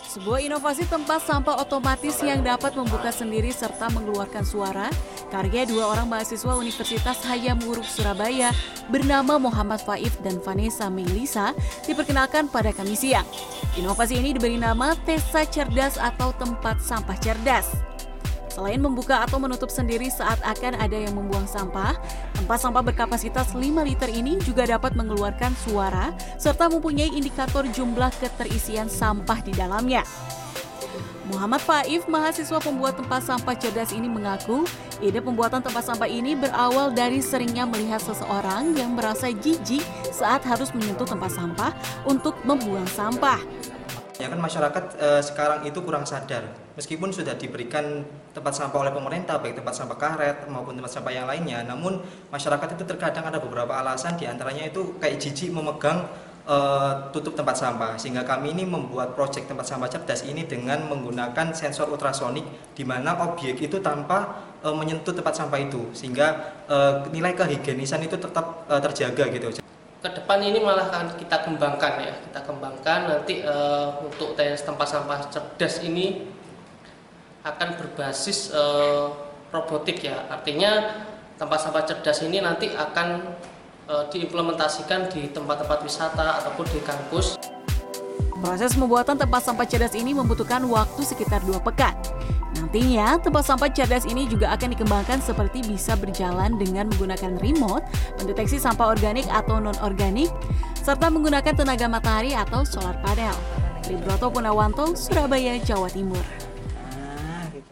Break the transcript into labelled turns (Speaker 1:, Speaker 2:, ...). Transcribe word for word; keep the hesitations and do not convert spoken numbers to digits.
Speaker 1: Sebuah inovasi tempat sampah otomatis yang dapat membuka sendiri serta mengeluarkan suara, karya dua orang mahasiswa Universitas Hayam Wuruk Surabaya bernama Muhammad Faif dan Vanessa Melisa diperkenalkan pada Kamis siang. Inovasi ini diberi nama Tesa Cerdas atau tempat sampah cerdas. Selain membuka atau menutup sendiri saat akan ada yang membuang sampah, tempat sampah berkapasitas lima liter ini juga dapat mengeluarkan suara serta mempunyai indikator jumlah keterisian sampah di dalamnya. Muhammad Faif, mahasiswa pembuat tempat sampah cerdas ini mengaku, ide pembuatan tempat sampah ini berawal dari seringnya melihat seseorang yang merasa jijik saat harus menyentuh tempat sampah untuk membuang sampah.
Speaker 2: Ya kan masyarakat eh, sekarang itu kurang sadar, meskipun sudah diberikan tempat sampah oleh pemerintah, baik tempat sampah karet maupun tempat sampah yang lainnya, namun masyarakat itu terkadang ada beberapa alasan, diantaranya itu kayak jijik memegang eh, tutup tempat sampah, sehingga kami ini membuat proyek tempat sampah cerdas ini dengan menggunakan sensor ultrasonik, di mana objek itu tanpa eh, menyentuh tempat sampah itu, sehingga eh, nilai kehigienisan itu tetap eh, terjaga gitu.
Speaker 3: Ke depan ini malah akan kita kembangkan ya, kita kembangkan nanti uh, untuk tes tempat sampah cerdas ini akan berbasis uh, robotik ya, artinya tempat sampah cerdas ini nanti akan uh, diimplementasikan di tempat-tempat wisata ataupun di kampus.
Speaker 1: Proses pembuatan tempat sampah cerdas ini membutuhkan waktu sekitar dua pekan. Nantinya, tempat sampah cerdas ini juga akan dikembangkan seperti bisa berjalan dengan menggunakan remote, mendeteksi sampah organik atau non-organik, serta menggunakan tenaga matahari atau solar panel. Ribroto Punawanto, Surabaya, Jawa Timur.